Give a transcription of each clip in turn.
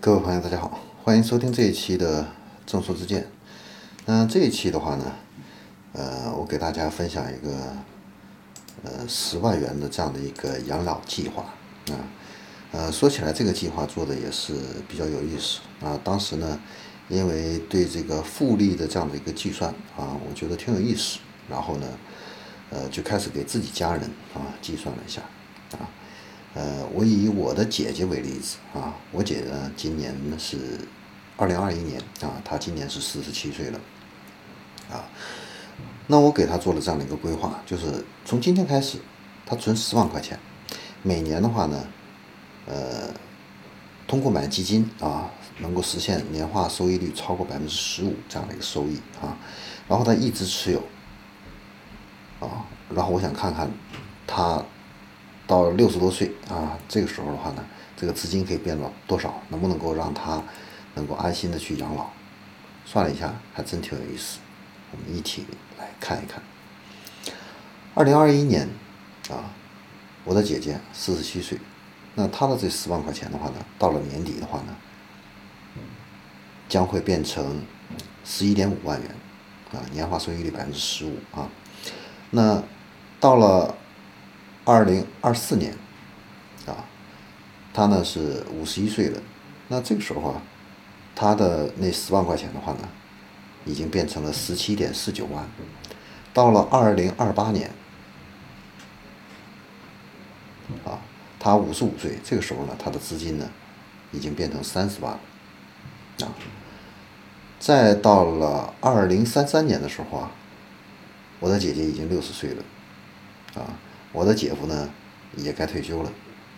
各位朋友，大家好，欢迎收听这一期的正说之见。这一期的话呢，我给大家分享一个10万元的这样的一个养老计划说起来这个计划做的也是比较有意思当时呢，因为对这个复利的这样的一个计算我觉得挺有意思，然后呢，就开始给自己家人计算了一下我以我的姐姐为例子我姐呢今年是2021年她今年是47岁了那我给她做了这样的一个规划，就是从今天开始，她存10万块钱，每年的话呢，通过买基金能够实现年化收益率超过15%这样的一个收益然后她一直持有然后我想看看她到60多岁这个时候的话呢，这个资金可以变到多少，能不能够让他能够安心的去养老？算了一下，还真挺有意思，我们一起来看一看。2021年我的姐姐47岁，那她的这10万块钱的话呢，到了年底的话呢，将会变成11.5万元年化收益率15%那到了2024年他呢是51岁了，那这个时候他的那10万块钱的话呢，已经变成了17.49万。到了2028年他55岁，这个时候呢，他的资金呢已经变成30万了再到了2033年的时候我的姐姐已经60岁了我的姐夫呢也该退休了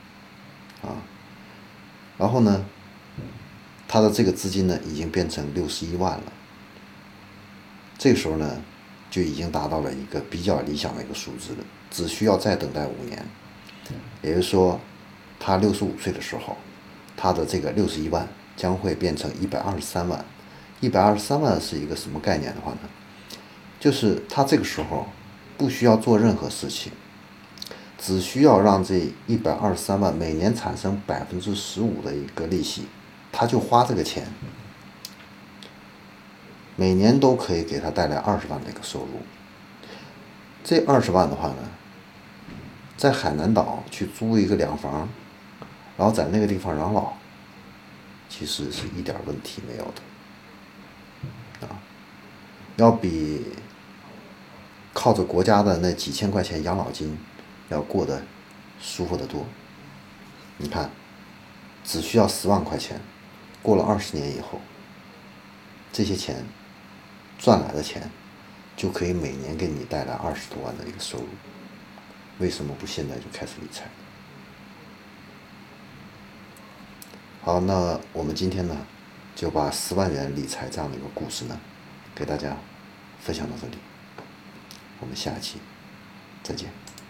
然后呢，他的这个资金呢已经变成61万了。这个时候呢，就已经达到了一个比较理想的一个数字了，只需要再等待5年。也就是说，他65岁的时候，他的这个61万将会变成123万。123万是一个什么概念的话呢？就是他这个时候不需要做任何事情，只需要让这123万每年产生15%的一个利息，他就花这个钱，每年都可以给他带来20万的一个收入。这20万的话呢，在海南岛去租一个2房，然后在那个地方养老，其实是一点问题没有的要比靠着国家的那几千块钱养老金要过得舒服得多。你看，只需要10万块钱，过了20年以后，这些钱赚来的钱就可以每年给你带来20多万的一个收入。为什么不现在就开始理财？好，那我们今天呢，就把10万元理财这样的一个故事呢，给大家分享到这里。我们下期再见。